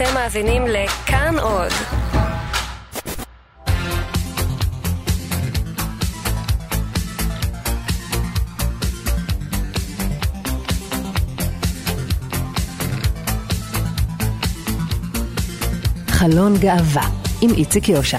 אתם מאזינים לכאן עוד. חלון גאווה עם איציק יושע.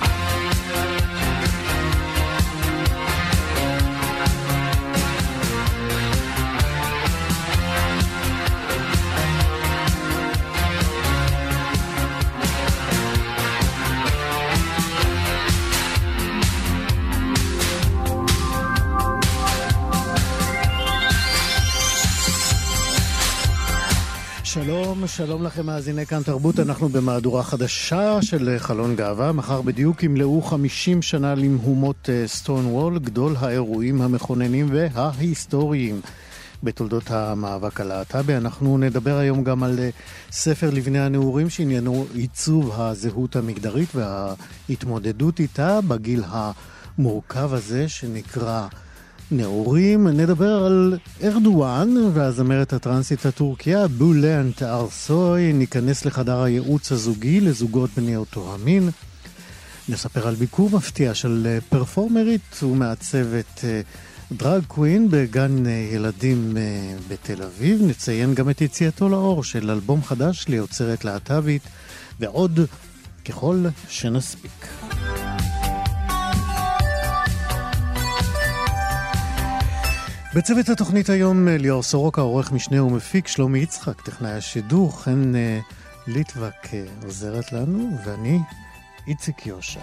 שלום לכם מאזיני כאן תרבות, אנחנו במהדורה חדשה של חלון גאווה. מחר בדיוק ימלאו 50 שנה למהומות סטון וול, גדול האירועים המכוננים וההיסטוריים בתולדות המאבק הלהט"בי. אנחנו נדבר היום גם על ספר לבני הנעורים שעניינו עיצוב הזהות המגדרית וההתמודדות איתה בגיל המורכב הזה שנקרא נעורים. נדבר על ארדואן והזמרת הטרנסית הטורקיה בולנט ארסוי. ניכנס לחדר הייעוץ הזוגי לזוגות בני אותו המין. נספר על ביקור מפתיע של פרפורמרית ומעצבת דרג קווין בגן ילדים בתל אביב. נציין גם את יציאתו לאור של אלבום חדש ליוצרת להט"בית ועוד ככל שנספיק. בצוות התוכנית היום ליאור סורוקה, עורך משנה ומפיק, שלומי יצחק, טכנאי השידור, חן ליטבק עוזרת לנו, ואני איציק יושע.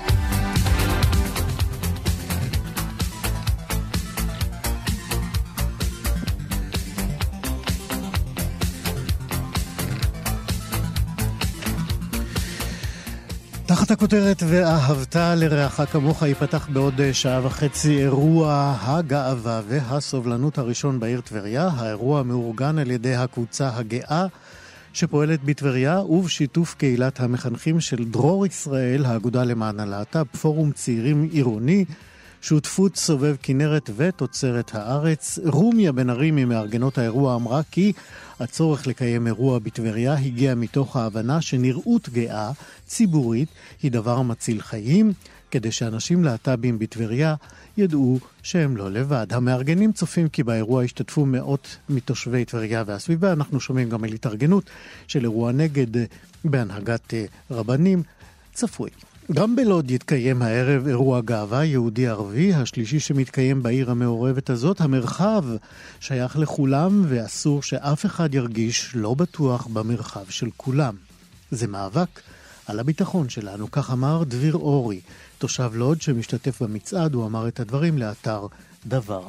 תחת הכותרת ואהבת לרעך כמוך ייפתח בעוד שעה וחצי אירוע הגאווה והסובלנות הראשון בעיר טבריה. האירוע מאורגן על ידי הקבוצה הגאה שפועלת בטבריה ובשיתוף קהילת המחנכים של דרור ישראל, האגודה למען הלהט"ב, פורום צעירים עירוני, שותפות סובב כנרת ותוצרת הארץ. רומיה בן ארי ממארגנות האירוע אמרה כי הצורך לקיים אירוע בטבריה הגיע מתוך ההבנה שנראות גאה ציבורית היא דבר מציל חיים, כדי שאנשים להט"בים בטבריה ידעו שהם לא לבד. המארגנים צופים כי באירוע השתתפו מאות מתושבי טבריה והסביבה. אנחנו שומעים גם על התארגנות של אירוע נגד בהנהגת רבנים. צפוי גם בלוד יתקיים הערב אירוע גאווה יהודי ערבי, השלישי שמתקיים בעיר המעורבת הזאת. המרחב שייך לכולם ואסור שאף אחד ירגיש לא בטוח במרחב של כולם. זה מאבק על הביטחון שלנו, כך אמר דביר אורי, תושב לוד שמשתתף במצעד. הוא אמר את הדברים לאתר דבר.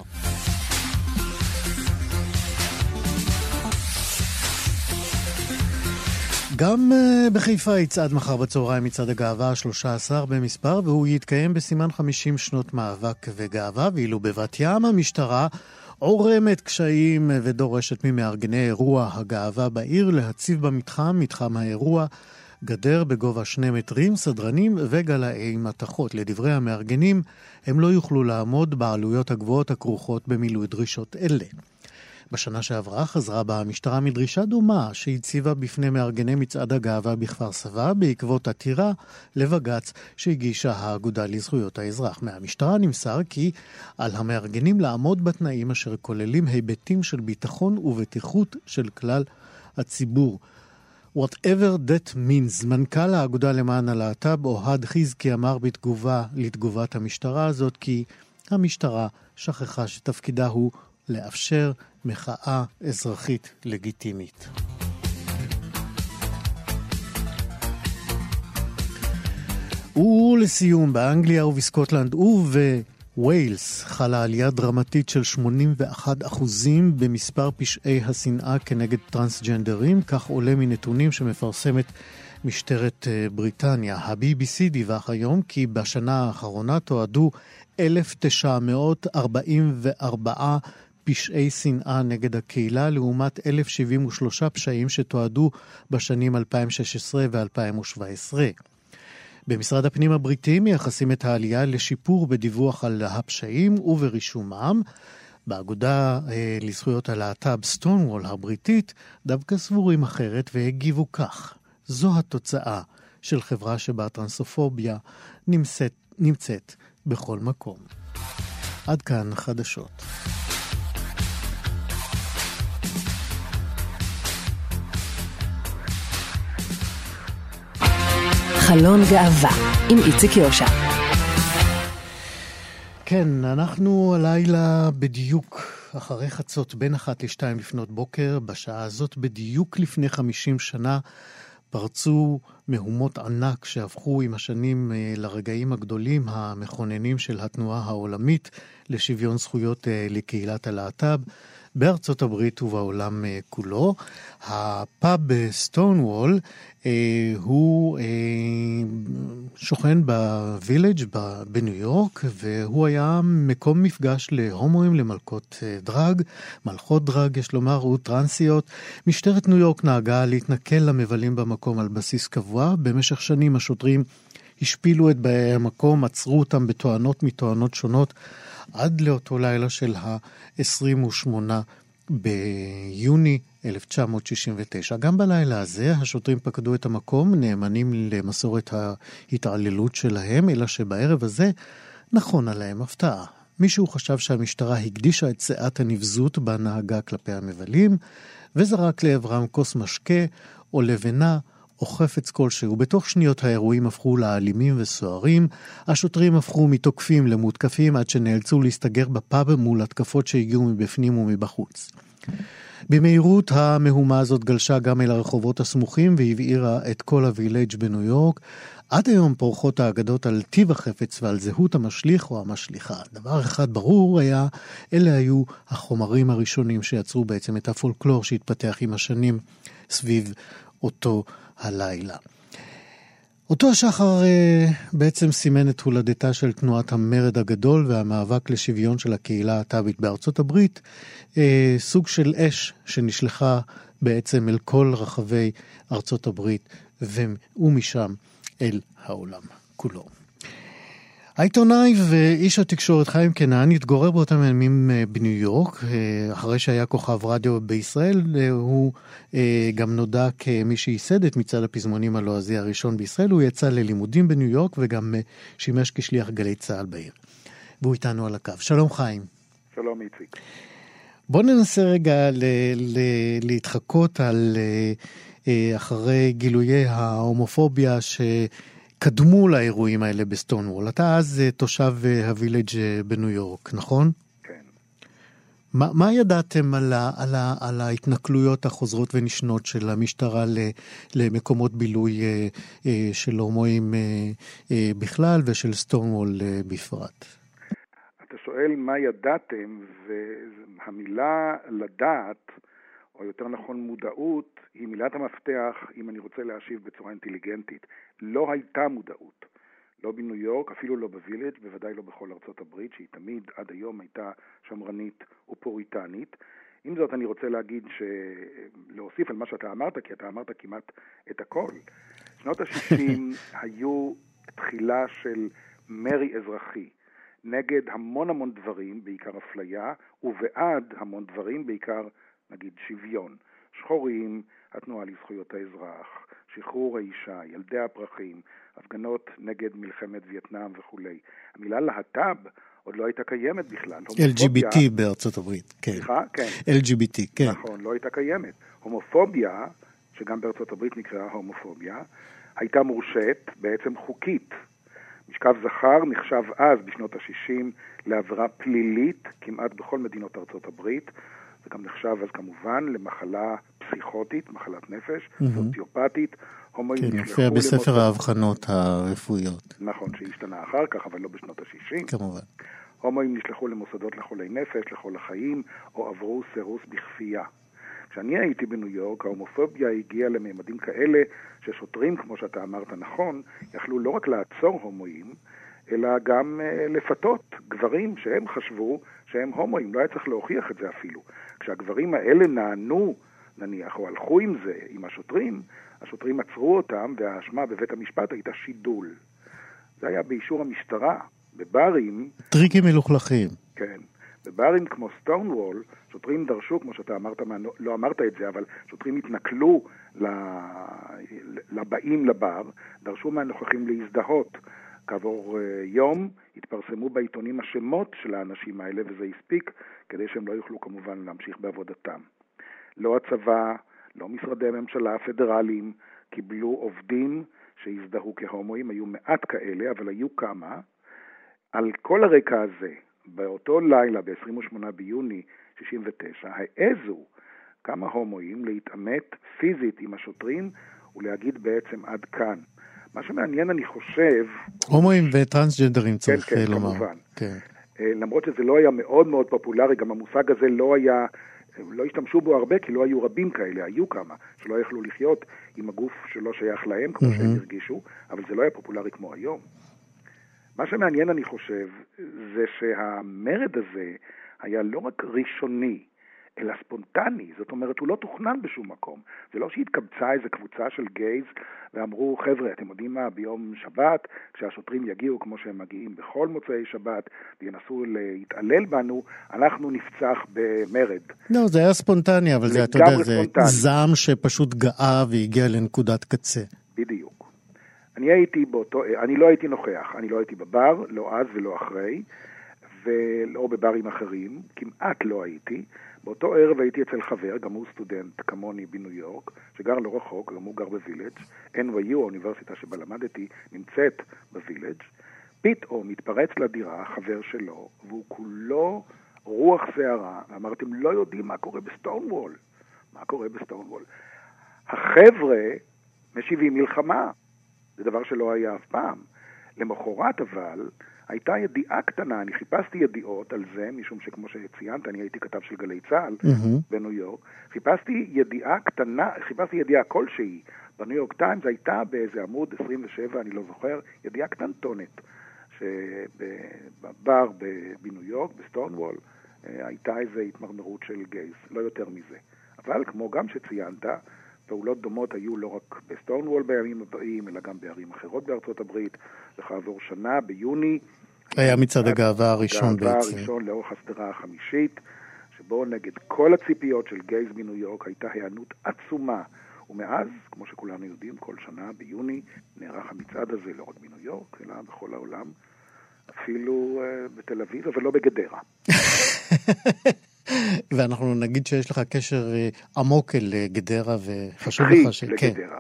גם בחיפה יצעד מחר בצהריים מצעד הגאווה 13 במספר, והוא יתקיים בסימן 50 שנות מאבק וגאווה. ואילו בבת ים המשטרה עורמת קשיים ודורשת ממארגני אירוע הגאווה בעיר להציב מתחם האירוע גדר בגובה 2 מטרים, סדרנים וגלאי מתכות. לדברי המארגנים, הם לא יוכלו לעמוד בעלויות הגבוהות הכרוכות במילוי דרישות אלה. בשנה שעברה חזרה בה המשטרה מדרישה דומה שהציבה בפני מארגני מצעד הגאווה בכפר סבא בעקבות עתירה לבג"ץ שהגישה האגודה לזכויות האזרח. מהמשטרה נמסר כי על המארגנים לעמוד בתנאים אשר כוללים היבטים של ביטחון ובטיחות של כלל הציבור. Whatever that means. מנכ"ל האגודה למען הלהט"ב אוהד חזקי אמר לתגובת המשטרה הזאת כי המשטרה שכחה שתפקידה הוא לאפשר מחאה אזרחית לגיטימית. ולסיום, באנגליה ובסקוטלנד ובווילס חלה עלייה דרמטית של 81% במספר פשעי השנאה כנגד טרנסג'נדרים, כך עולה מנתונים שמפרסמת משטרת בריטניה. ה-BBC דיווח היום כי בשנה האחרונה תועדו 1,944 פשעי שנאה נגד הקהילה, לעומת 1,073 פשעים שתועדו בשנים 2016 ו-2017. במשרד הפנים הבריטי מייחסים את העלייה לשיפור בדיווח על הפשעים וברישומם. באגודה לזכויות הלהט"ב סטון וול הבריטית דווקא סבורים אחרת והגיבו כך: זו התוצאה של חברה שבה טרנסופוביה נמצאת בכל מקום. עד כאן חדשות. חלון גאווה עם איציק יושע. כן, אנחנו הלילה בדיוק אחרי חצות בין 1 ל-2 לפנות בוקר, בשעה הזאת בדיוק לפני 50 שנה, פרצו מהומות ענק שהפכו עם השנים לרגעים הגדולים המכוננים של התנועה העולמית לשוויון זכויות לקהילת הלהט"ב בארצות הברית ובעולם כולו. הפאב סטונוול הוא שוכן בווילג' בניו יורק, והוא היה מקום מפגש להומואים, למלכות דרג, מלכות דרג יש לומר, וטרנסיות. משטרת ניו יורק נהגה להתנכל למבלים במקום על בסיס קבוע. במשך שנים השוטרים השפילו את באי המקום, עצרו אותם בתואנות שונות, עד לאותו לילה של ה-28 ביוני 1969. גם בלילה הזה השוטרים פקדו את המקום, נאמנים למסורת ההתעללות שלהם, אלא שבערב הזה נכון עליהם הפתעה. מישהו חשב שהמשטרה הקדישה את שאת הנבזות בנהגה כלפי המבלים, וזרק לעברם כוס משקה או לבנה או חפץ כלשהו. בתוך שניות האירועים הפכו לאלימים וסוערים. השוטרים הפכו מתוקפים למותקפים עד שנאלצו להסתגר בפאב מול התקפות שהגיעו מבפנים ומבחוץ. במהירות המהומה הזאת גלשה גם אל הרחובות הסמוכים והבעירה את כל הווילג' בניו יורק. עד היום פורחות האגדות על טיב החפץ ועל זהות המשליך או המשליכה. דבר אחד ברור היה, אלה היו החומרים הראשונים שיצרו בעצם את הפולקלור שהתפתח עם השנים סביב אותו הלילה. אותו השחר בעצם סימן את הולדתה של תנועת המרד הגדול והמאבק לשוויון של הקהילה הלהט"בית בארצות הברית, סוג של אש שנשלחה בעצם אל כל רחבי ארצות הברית ומשם אל העולם כולו. העיתונאי ואיש התקשורת חיים קנן התגורר באותם ימים בניו יורק, אחרי שהיה כוכב רדיו בישראל. הוא גם נודע כמי שייסד את מצעד הפזמונים הלועזי הראשון בישראל. הוא יצא ללימודים בניו יורק וגם שימש כשליח גלי צהל בעיר. והוא איתנו על הקו. שלום חיים. שלום איציק. בוא ננסה רגע להתחקות על אחרי גילויי ההומופוביה קדמו לאירועים האלה בסטונוול. אתה אז תושב הווילג' בניו יורק, נכון? כן. מה ידעתם על ההתנכלויות החוזרות ונשנות של המשטרה למקומות בילוי של הומואים בכלל ושל סטונוול בפרט? אתה שואל מה ידעתם, והמילה לדעת, או יותר נכון מודעות, היא מילת המפתח אם אני רוצה להשיב בצורה אינטליגנטית. לא הייתה מודעות, לא בניו יורק, אפילו לא בווילג', בוודאי לא בכל ארצות הברית, שהיא תמיד עד היום הייתה שמרנית ופוריטנית. עם זאת אני רוצה להגיד להוסיף על מה שאתה אמרת, כי אתה אמרת כמעט את הכל. שנות ה-60 היו תחילה של מרי אזרחי, נגד המון דברים, בעיקר אפליה, ובעד המון דברים, בעיקר נגיד שוויון. שחורים, התנועה לזכויות האזרח, שחרור האישה, ילדי הפרחים, הפגנות נגד מלחמת וייטנאם וכו'. המילה להט"ב עוד לא הייתה קיימת בכלל. LGBT בארצות הברית, כן. סליחה? כן. LGBT, כן. נכון, לא הייתה קיימת. הומופוביה, שגם בארצות הברית נקראה הומופוביה, הייתה מורשת בעצם חוקית. משכב זכר נחשב אז בשנות ה-60 לעבירה פלילית כמעט בכל מדינות ארצות הברית. זה גם נחשב אז כמובן למחלה פסיכוטית, מחלת נפש, סוציופטית. כן, נופיע בספר האבחנות הרפואיות. נכון, שהשתנה אחר כך, אבל לא בשנות ה-60. כמובן. הומואים נשלחו למוסדות לחולי נפש, לכל החיים, או עברו סירוס בכפייה. כשאני הייתי בניו יורק, ההומופוביה הגיעה לממדים כאלה ששוטרים, כמו שאתה אמרת נכון, יכלו לא רק לעצור הומואים, אלא גם לפתות גברים שהם חשבו שהם הומואים. לא היה צריך להוכיח את זה אפילו. כשהגברים האלה נענו, נניח, או הלכו עם זה, עם השוטרים, השוטרים עצרו אותם, והאשמה בבית המשפט הייתה שידול. זה היה באישור המשטרה, בברים. טריקים מלוכלכים. כן. בברים כמו סטונוול, שוטרים דרשו, כמו שאתה אמרת, לא אמרת את זה, אבל שוטרים התנכלו לבאים לבר, דרשו מהנוכחים להזדהות. כעבור יום התפרסמו בעיתונים השמות של האנשים האלה, וזה הספיק כדי שהם לא יוכלו כמובן להמשיך בעבודתם. לא הצבא, לא משרדי הממשלה הפדרליים קיבלו עובדים שהזדהו כהומואים, היו מעט כאלה, אבל היו כמה. על כל הרקע הזה, באותו לילה, ב-28 ביוני 69, העזו כמה הומואים להתעמת פיזית עם השוטרים ולהגיד בעצם עד כאן. מה שמעניין, אני חושב... הומואים וטרנסג'נדרים צריך כן, לומר. כמובן. כן. למרות שזה לא היה מאוד מאוד פופולרי, גם המושג הזה לא השתמשו בו הרבה, כי לא היו רבים כאלה, היו כמה, שלא יכלו לחיות עם הגוף שלא שייך להם, כמו שהם הרגישו, אבל זה לא היה פופולרי כמו היום. מה שמעניין, אני חושב, זה שהמרד הזה היה לא רק ראשוני, אלא ספונטני. זאת אומרת, הוא לא תוכנן בשום מקום. זה לא שהתקבצה איזו קבוצה של גייז ואמרו, חבר'ה, אתם יודעים מה, ביום שבת, כשהשוטרים יגיעו כמו שהם מגיעים בכל מוצאי שבת, וינסו להתעלל בנו, אנחנו נפצח במרד. לא, זה היה ספונטני, אבל זה, אתה יודע, זה זעם שפשוט גאה והגיע לנקודת קצה. בדיוק. אני לא הייתי נוכח, אני לא הייתי בבר, לא אז ולא אחרי, ולא בברים אחרים, כמעט לא הייתי. באותו ערב הייתי אצל חבר, גם הוא סטודנט כמוני בניו יורק, שגר לא רחוק, גם הוא גר בווילג'. NYU, האוניברסיטה שבה למדתי, נמצאת בווילג'. פתאום מתפרץ לדירה חבר שלו, והוא כולו רוח שערה. אמרתם, לא יודעים מה קורה בסטונוול. מה קורה בסטונוול? החבר'ה משיבים מלחמה. זה דבר שלא היה אף פעם. למחרת אבל... הייתה ידיעה קטנה, אני חיפשתי ידיעות על זה, משום שכמו שציינת, אני הייתי כתב של גלי צהל בניו יורק, חיפשתי ידיעה קטנה, חיפשתי ידיעה כלשהי בניו יורק טיימס, הייתה באיזה עמוד 27, אני לא זוכר, ידיעה קטנטונת, שבבר בניו יורק, בסטונוול, הייתה איזו התמרמרות של גייז, לא יותר מזה. אבל כמו גם שציינת, פעולות דומות היו לא רק בסטונוול בימים הבאים, אלא גם בערים אחרות בארצות הברית. וכעבור שנה, ביוני... היה מצעד הגאווה הראשון בעצם. הגאווה הראשון לאורך הסדרה החמישית, שבו נגד כל הציפיות של גייז בניו יורק הייתה הענות עצומה. ומאז, כמו שכולנו יודעים, כל שנה ביוני נערך המצעד הזה לא רק בניו יורק, אלא בכל העולם, אפילו בתל אביב, אבל לא בגדרה. ואנחנו נגיד שיש לך קשר עמוק אל גדרה, וחשוב לך ש... לגדרה.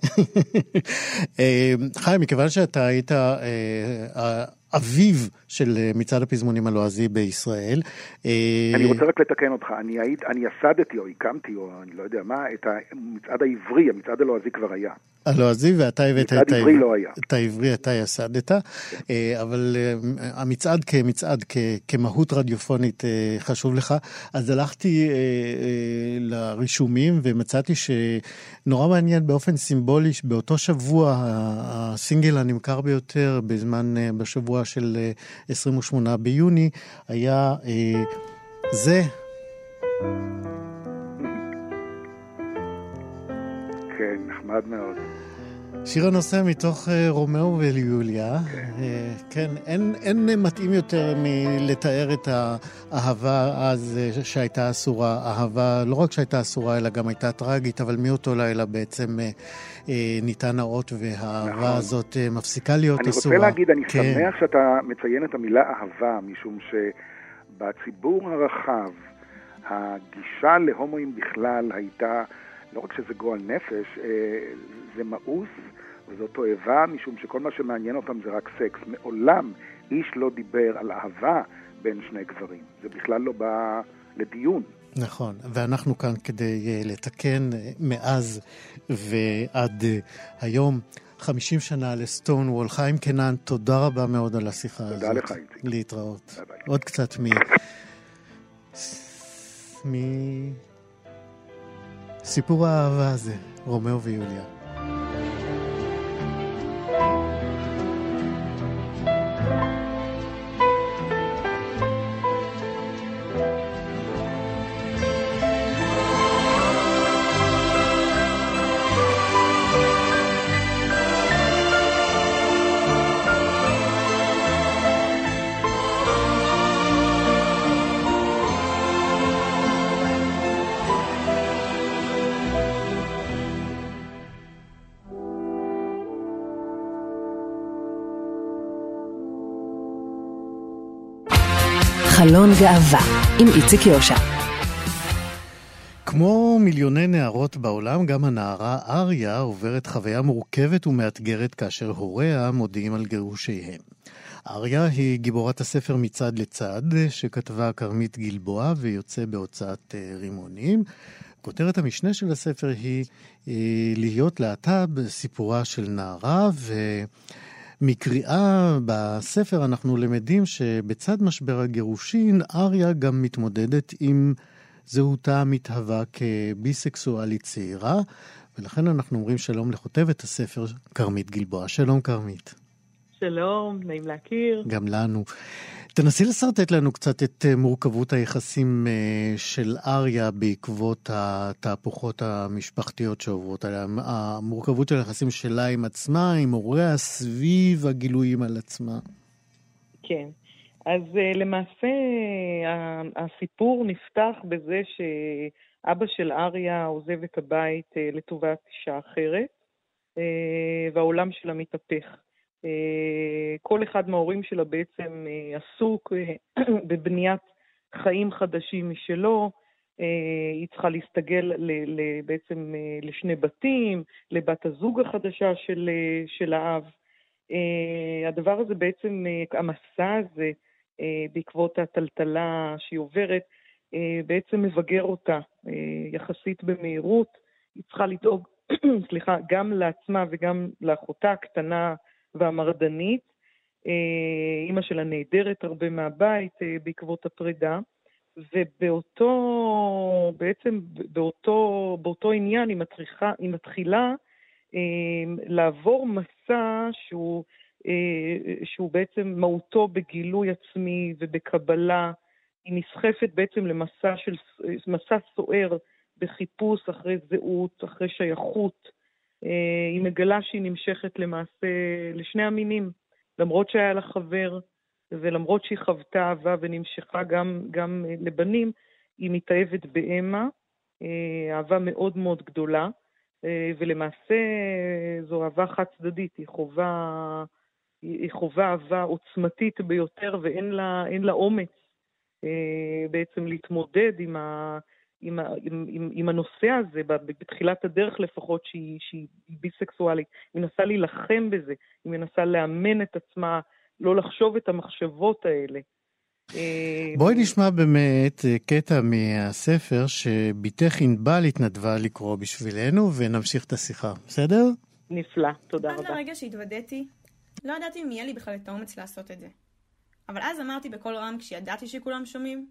חיים, מכיוון שאתה היית אביו של מצעד הפזמונים הלועזי בישראל. אני רוצה רק לתקן אותך, אני יסדתי או הקמתי, או אני לא יודע מה, את המצעד העברי, המצעד הלועזי כבר היה. הלועזי, ואתה הבאת את העברי לא היה. את העברי אתה יסדת, אבל המצעד כמצעד, כמהות רדיופונית חשוב לך. אז הלכתי לרישומים ומצאתי שנורא מעניין באופן סימבולי, באותו שבוע הסינגל הנמכר ביותר בשבוע של 28 ביוני היה זה. כן, נחמד מאוד. שיר הנושא מתוך רומאו ויוליה. כן, אין מתאים יותר מלתאר את האהבה אז שהייתה אסורה. אהבה לא רק שהייתה אסורה, אלא גם הייתה טרגית, אבל מאותו לילה בעצם ניתן האות, והאהבה הזאת מפסיקה להיות אסורה. אני רוצה להגיד, אני שמח שאתה מציין את המילה אהבה, משום שבציבור הרחב, הגישה להומואים בכלל הייתה, לא רק שזה גועל נפש, זה מאוס, וזאת תועבה, משום שכל מה שמעניין אותם זה רק סקס. מעולם איש לא דיבר על אהבה בין שני גברים. זה בכלל לא בא לדיון. נכון, ואנחנו כאן כדי לתקן מאז ועד היום 50 שנה לסטונוול. חיים קנן, תודה רבה מאוד על השיחה הזאת. תודה לך, איציק. להתראות. ביי ביי. עוד קצת סיפור האהבה הזה, רומאו ויוליה. חלון גאווה עם איציק יושע. כמו מיליוני נערות בעולם, גם הנערה אריה עוברת חוויה מורכבת ומאתגרת כאשר הוריה מודיעים על גירושיהם. אריה היא גיבורת הספר מצד לצד, שכתבה כרמית גלבוע ויוצא בהוצאת רימונים. כותרת המשנה של הספר היא להיות להט"ב, סיפורה של נערה, ומקריאה בספר אנחנו למדים שבצד משבר הגירושין, אריה גם מתמודדת עם זהותה המתהווה כביסקסואלית צעירה, ולכן אנחנו אומרים שלום לכותבת הספר כרמית גלבוע. שלום כרמית. שלום, נעים להכיר. גם לנו. תנסי לסרטט לנו קצת את מורכבות היחסים של אריה בעקבות התהפוכות המשפחתיות שעוברות עליה. המורכבות של היחסים שלה עם עצמה, עם הוריה, סביב הגילויים על עצמה. כן. אז למעשה הסיפור נפתח בזה שאבא של אריה עוזב את הבית לטובת אישה אחרת, והעולם שלה מתהפך. כל אחד מההורים שלה בעצם עסוק בבניית חיים חדשים משלו. היא צריכה להסתגל בעצם לשני בתים, לבת הזוג החדשה של האב. הדבר הזה בעצם, המסע הזה, בעקבות הטלטלה שהיא עוברת, בעצם מבגר אותה יחסית במהירות. היא צריכה לדאוג, גם לעצמה וגם לאחותה הקטנה והמרדנית. אמא שלה נהדרת הרבה מהבית בעקבות הפרידה, באותו עניין היא מתחילה לעבור מסע שהוא בעצם מהותו בגילוי עצמי ובקבלה. היא נסחפת בעצם למסע סוער בחיפוש אחרי זהות, אחרי שייכות. היא מגלה שהיא נמשכת למעשה לשני המינים, למרות שהיה לה חבר, ולמרות שהיא חוותה אהבה ונמשכה גם לבנים, היא מתאהבת באמה, אהבה מאוד מאוד גדולה, ולמעשה זו אהבה חד צדדית, היא חובה אהבה עוצמתית ביותר, ואין לה אומץ בעצם להתמודד עם הנושא הזה, בתחילת הדרך לפחות שהיא ביסקסואלית. היא מנסה להילחם בזה, היא מנסה לאמן את עצמה, לא לחשוב את המחשבות האלה. בואי נשמע באמת קטע מהספר שביתך ענבל התנדבה לקרוא בשבילנו, ונמשיך את השיחה, בסדר? נפלא, תודה רבה. עד לרגע שהתוודעתי, לא ידעתי אם יהיה לי בכלל את האומץ לעשות את זה. אבל אז אמרתי בכל רם, כשידעתי שכולם שומעים,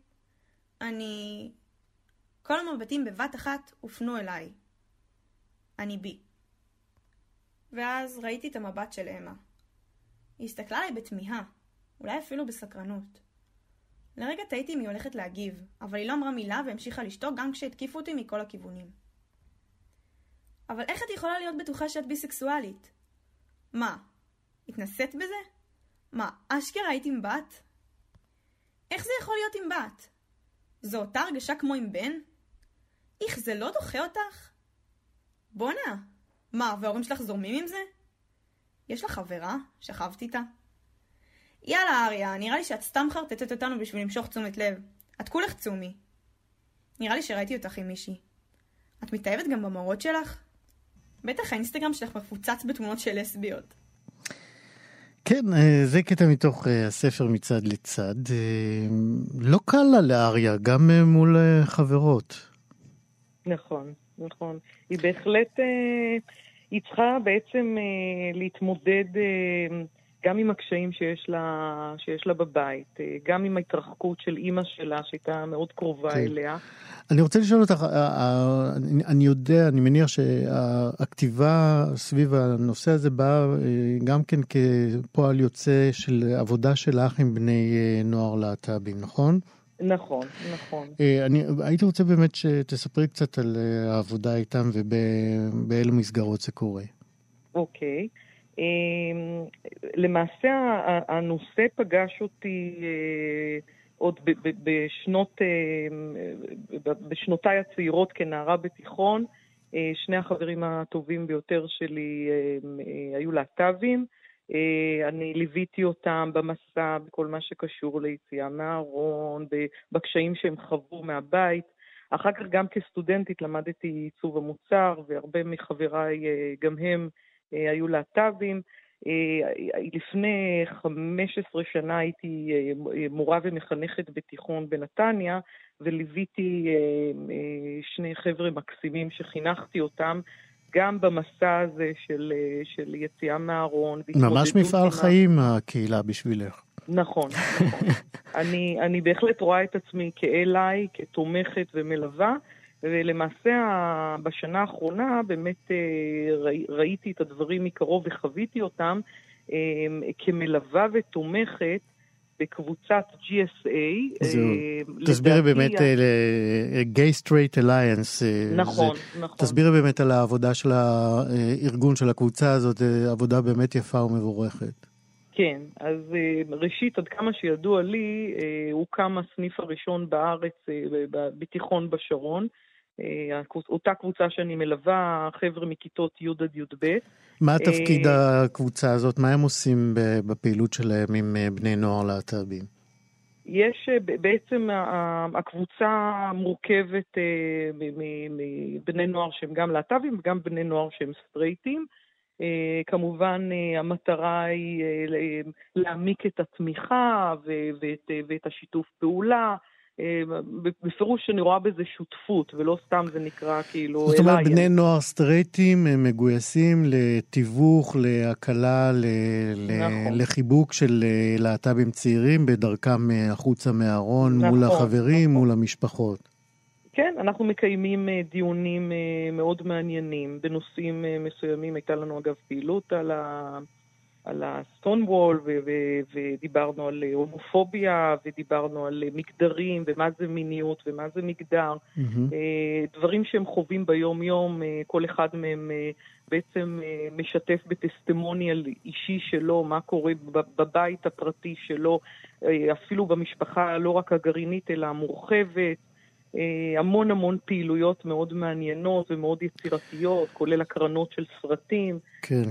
כל המבטים בבת אחת הופנו אליי. אני בי. ואז ראיתי את המבט של אמה. היא הסתכלה עליי בתמיהה, אולי אפילו בסקרנות. לרגע תהיתי אם היא הולכת להגיב, אבל היא לא אמרה מילה והמשיכה לשתוק גם כשהתקיפו אותי מכל הכיוונים. אבל איך את יכולה להיות בטוחה שאת ביסקסואלית? מה? התנסית בזה? מה, אשכרה היית עם בת? איך זה יכול להיות עם בת? זו אותה הרגשה כמו עם בן? איך זה לא דוחה אותך? בונה, מה, וההורים שלך זורמים עם זה? יש לך חברה? שכבת איתה? יאללה אריה, נראה לי שאת סתם חרטטת אותנו בשביל למשוך תשומת לב. את כולך צומי. נראה לי שראיתי אותך עם מישהי. את מתאהבת גם במורות שלך? בטח האינסטגרם שלך מפוצץ בתמונות של לסביות. כן, זה קטע מתוך הספר מצד לצד. לא קל לה לאריה, גם מול חברות. נכון. היא בהחלט, היא צריכה בעצם להתמודד גם עם הקשיים שיש לה בבית, גם עם ההתרחקות של אמא שלה, שהייתה מאוד קרובה אליה. אני רוצה לשאול אותך, אני מניח שהכתיבה סביב הנושא הזה באה גם כן כפועל יוצא של עבודה שלך עם בני נוער להט"בים, נכון? נכון. הייתי רוצה באמת שתספרי קצת על העבודה איתם ובאילו מסגרות זה קורה. אוקיי. למעשה הנושא פגש אותי עוד בשנותיי הצעירות כנערה בתיכון. שני החברים הטובים ביותר שלי היו להט"בים, אני ליוויתי אותם במסע, בכל מה שקשור ליציאה מהארון, בקשיים שהם חוו מהבית. אחר כך גם כסטודנטית למדתי עיצוב המוצר, והרבה מחבריי גם הם היו להט"בים. לפני 15 שנה הייתי מורה ומחנכת בתיכון בנתניה, וליוויתי שני חבר'ה מקסימים שחינכתי אותם, גם במסע הזה של יציאה מהארון. ממש מפעל חיים הקהילה בשבילך. נכון, נכון. אני בהחלט רואה את עצמי כאליי, כתומכת ומלווה, ולמעשה בשנה האחרונה באמת ראיתי את הדברים מקרוב וחוויתי אותם כמלווה ותומכת בקבוצת GSA. תסבירי באמת, Gay Straight Alliance. נכון, נכון. תסבירי באמת על העבודה של הארגון של הקבוצה הזאת, עבודה באמת יפה ומבורכת. כן, אז ראשית, עד כמה שידוע לי, הוקם הסניף הראשון בארץ בתיכון בשרון, אותה קבוצה שאני מלווה, חבר'ה מכיתות י' עד י"ב. מה תפקיד הקבוצה הזאת? מה הם עושים בפעילות שלהם עם בני נוער להט"בים? יש בעצם, הקבוצה מורכבת מבני נוער שהם גם להט"בים וגם בני נוער שהם סטרייטים. כמובן המטרה היא להעמיק את התמיכה ואת השיתוף פעולה. בפירוש שאני רואה בזה שותפות, ולא סתם זה נקרא כאילו... זאת אומרת, בני נוער סטרייטים הם מגויסים לתיווך, להקלה, לחיבוק של להט"בים צעירים בדרכם החוצה מהארון, מול החברים, מול המשפחות. כן, אנחנו מקיימים דיונים מאוד מעניינים בנושאים מסוימים. הייתה לנו אגב פעילות על הסטונוול, ודיברנו על הומופוביה, ודיברנו על מגדרים, ומה זה מיניות, ומה זה מגדר. דברים שהם חווים ביום יום, כל אחד מהם בעצם משתף בטסטימוניאל אישי שלו, מה קורה בבית הפרטי שלו, אפילו במשפחה לא רק הגרעינית, אלא המורחבת. המון המון פעילויות מאוד מעניינות ומאוד יצירתיות, כולל הקרנות של סרטים. כן,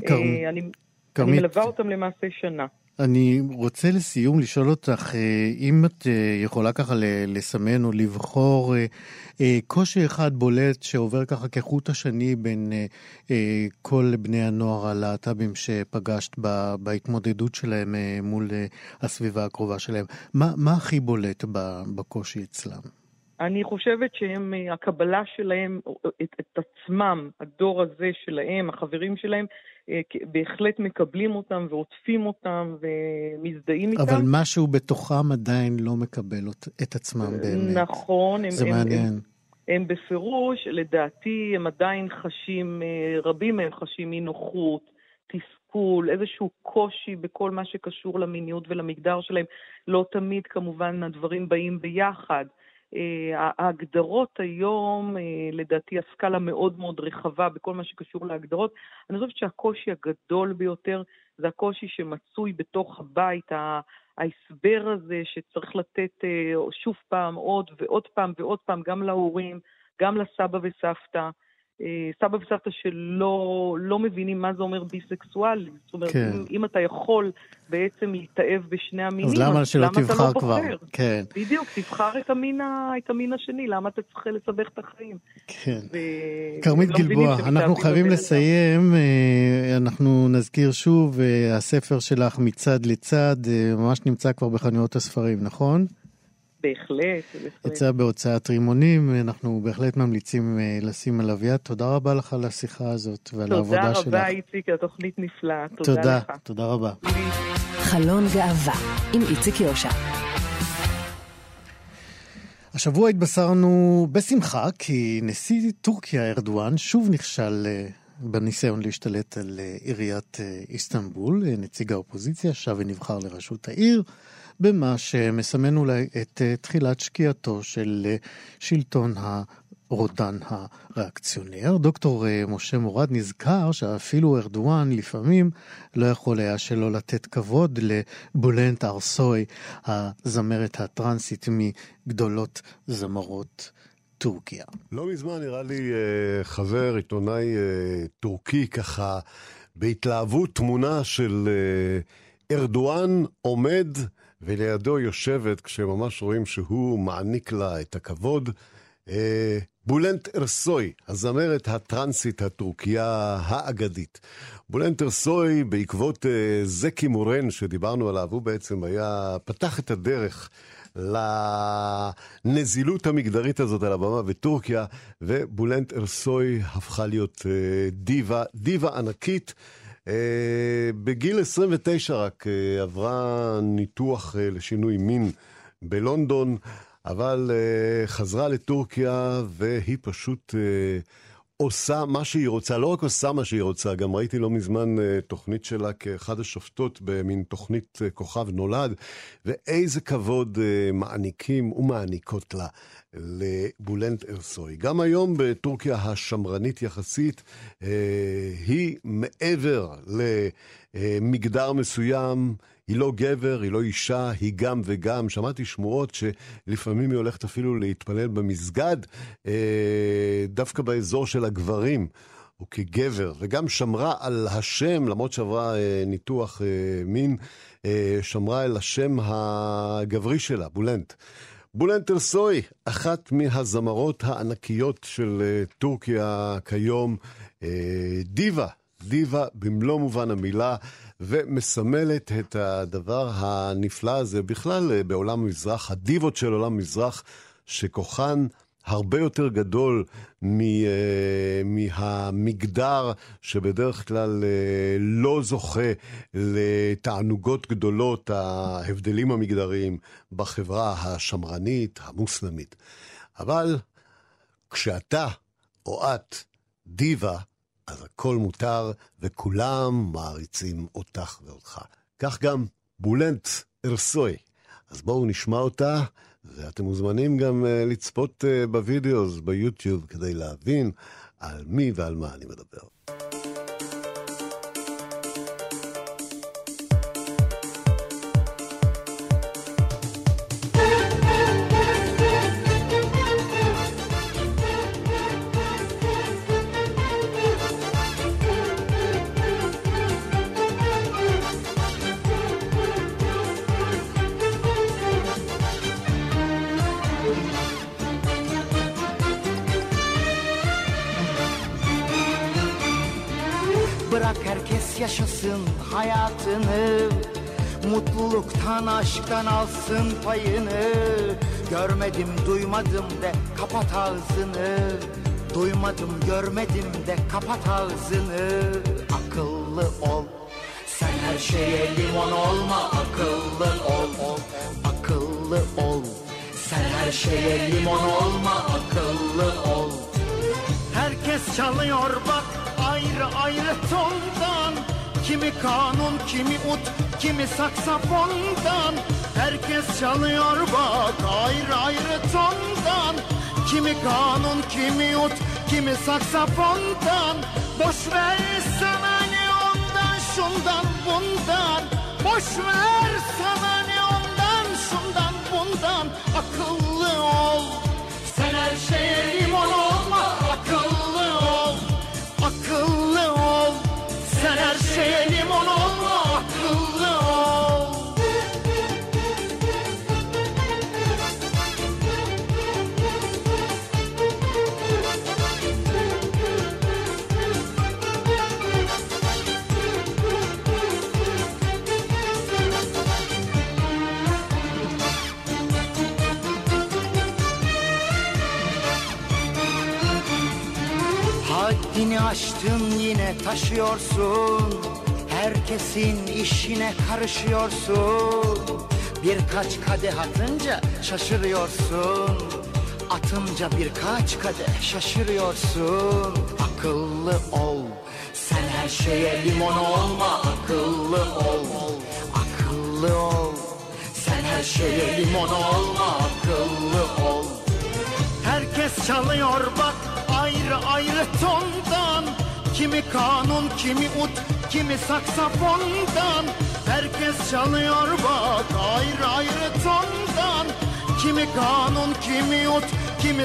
אני מלווה אותם למעשה שנה. אני רוצה לסיום לשאול אותך, אם את יכולה ככה לסמן או לבחור קושי אחד בולט שעובר ככה כחוט השני בין כל בני הנוער הלהט"בים שפגשת בהתמודדות שלהם מול הסביבה הקרובה שלהם. מה הכי בולט בקושי אצלם? אני חושבת שהם, הקבלה שלהם, את עצמם, הדור הזה שלהם, החברים שלהם, בהחלט מקבלים אותם ועוטפים אותם ומזדהים איתם. אבל משהו בתוכם עדיין לא מקבל את עצמם באמת. נכון. זה מעניין. הם בפירוש, לדעתי, הם עדיין חשים, רבים מהם חשים אי-נוחות, תסכול, איזשהו קושי בכל מה שקשור למיניות ולמגדר שלהם. לא תמיד, כמובן, הדברים באים ביחד. ההגדרות היום, לדעתי, הסקאלה מאוד מאוד רחבה בכל מה שקשור להגדרות. אני חושבת שהקושי הגדול ביותר זה הקושי שמצוי בתוך הבית, ההסבר הזה שצריך לתת שוב פעם עוד ועוד פעם ועוד פעם, גם להורים, גם לסבא וסבתא. סבא וסבתא שלא מבינים מה זה אומר ביסקסואלי. זאת אומרת, כן. אם אתה יכול בעצם להתאהב בשני המינים, אז למה שלא תבחר לא כבר? כן. בדיוק, תבחר את המין השני, למה אתה צריך לסבך את החיים? כן. כרמית גלבוע, אנחנו חייבים לסיים, אנחנו נזכיר שוב, הספר שלך מצד לצד, ממש נמצא כבר בחנויות הספרים, נכון? בהחלט. יצא בהוצאת רימונים, אנחנו בהחלט ממליצים לשים עליו יד. תודה רבה לך על השיחה הזאת ועל העבודה שלך. תודה רבה, איציק, התוכנית נפלאה. תודה לך. תודה רבה. חלון גאווה עם איציק יושע. השבוע התבשרנו בשמחה כי נשיא טורקיה ארדואן שוב נכשל בניסיון להשתלט על עיריית איסטנבול. נציג האופוזיציה שב ונבחר לראשות העיר, במה שמסמן אולי את תחילת שקיעתו של שלטון הרודן הריאקציונר. דוקטור משה מורד נזכר שאפילו ארדואן לפעמים לא יכול היה שלא לתת כבוד לבולנט ארסוי, הזמרת הטרנסית מגדולות זמרות טורקיה. לא מזמן נראה לי חבר עיתונאי טורקי ככה בהתלהבות תמונה של ארדואן עומד ולידו יושבת, כשממש רואים שהוא מעניק לה את הכבוד, בולנט ארסוי, הזמרת הטרנסית הטורקיה האגדית. בולנט ארסוי, בעקבות זקי מורן שדיברנו עליו, הוא בעצם פתח את הדרך לנזילות המגדרית הזאת על הבמה בטורקיה, ובולנט ארסוי הפכה להיות דיבה ענקית. בגיל 29 רק עברה ניתוח לשינוי מין בלונדון, אבל חזרה לטורקיה והיא פשוט עושה מה שהיא רוצה. לא רק עושה מה שהיא רוצה, גם ראיתי לא מזמן תוכנית שלה כאחד השופטות במין תוכנית כוכב נולד, ואיזה כבוד מעניקים ומעניקות לה לבולנט ארסוי. גם היום בטורקיה השמרנית יחסית, היא מעבר למגדר מסוים, היא לא גבר, היא לא אישה, היא גם וגם. שמעתי שמועות שלפעמים היא הולכת אפילו להתפלל במסגד, דווקא באזור של הגברים, או כגבר, וגם שמרה על השם, למרות שעברה ניתוח מין, שמרה על השם הגברי שלה, בולנט. בולנט ארסוי, אחת מהזמרות הענקיות של טורקיה כיום, דיבה במלוא מובן המילה, ומסמלת את הדבר הנפלא הזה בכלל בעולם המזרח, הדיבות של עולם המזרח, שכוחן הרבה יותר גדול מהמגדר שבדרך כלל לא זוכה לתענוגות גדולות, ההבדלים המגדריים בחברה השמרנית, המוסלמית. אבל כשאתה או את דיבה, אז הכל מותר וכולם מעריצים אותך ואותך. כך גם בולנט ארסוי. אז בואו נשמע אותה, ואתם מוזמנים גם לצפות בווידאוס ביוטיוב כדי להבין על מי ועל מה אני מדבר. Bırak herkes yaşasın hayatını, mutluluktan aşktan alsın payını. Görmedim duymadım de kapat ağzını, duymadım görmedim de kapat ağzını. Akıllı ol, sen her şeye limon olma. Akıllı ol, akıllı ol, sen her şeye limon olma. Akıllı ol. Herkes çalıyor bak ayrı ayrı tondan, kimi kanun, kimi ut, kimi saksafondan. Herkes çalıyor bak ayrı ayrı tondan, kimi kanun, kimi ut, kimi saksafondan. Boş ver sana ne ondan şundan bundan, boş ver sana ne ondan şundan bundan. Akıllı ol, sen her şeye limon olma. Akıllı ol, akıllı ol, sen her şeye limon olma. Akıllı ol. Haddini aştın yine taşıyorsun, herkesin işine karışıyorsun. Birkaç kadeh atınca şaşırıyorsun, atınca birkaç kadeh şaşırıyorsun. Akıllı ol, sen her şeye limon olma. Akıllı ol, akıllı ol, sen her şeye limon olma. Akıllı ol. Herkes çalıyor bak ayrı ayrı tondan, kimi kanun, kimi ut, kimi saksafondan. Herkes çalıyor bak ayrı ayrı tondan, kimi kanun, kimi ut, kimi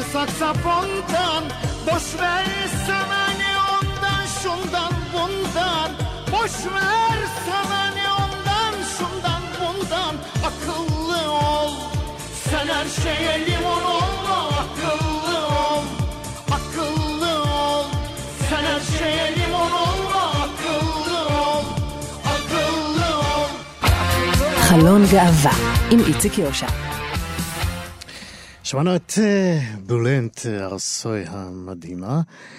saksafondan. Boş ver sana ne ondan şundan bundan, boş ver sana ne ondan şundan bundan. Akıllı ol, sen her şeye limon olma. Akıllı ol, akıllı ol, sen her şeye limon olma. Akıllı ol, akıllı ol. חלון גאווה עם איציק יושע. שמענו את בולנט ארסוי המדהימה.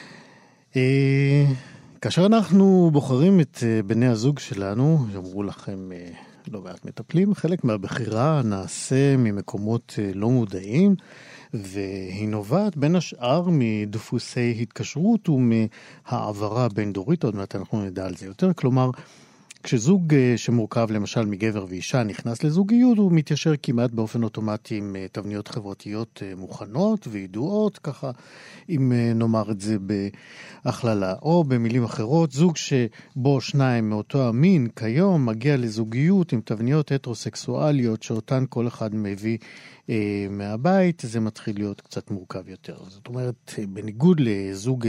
כאשר אנחנו בוחרים את בני הזוג שלנו, אמרו לכם לא מעט מטפלים, חלק מהבחירה נעשה ממקומות לא מודעים, והיא נובעת בין השאר מדפוסי התקשרות ומהעברה בין דורית, עוד מעט אנחנו נדע על זה יותר, כלומר, כשזוג שמורכב למשל מגבר ואישה נכנס לזוגיות, הוא מתיישר כמעט באופן אוטומטי עם תבניות חברתיות מוכנות וידועות, ככה אם נאמר את זה בהכללה. או במילים אחרות, זוג שבו שניים מאותו המין כיום מגיע לזוגיות עם תבניות הטרוסקסואליות שאותן כל אחד מביא מהבית, זה מתחיל להיות קצת מורכב יותר. זאת אומרת, בניגוד לזוג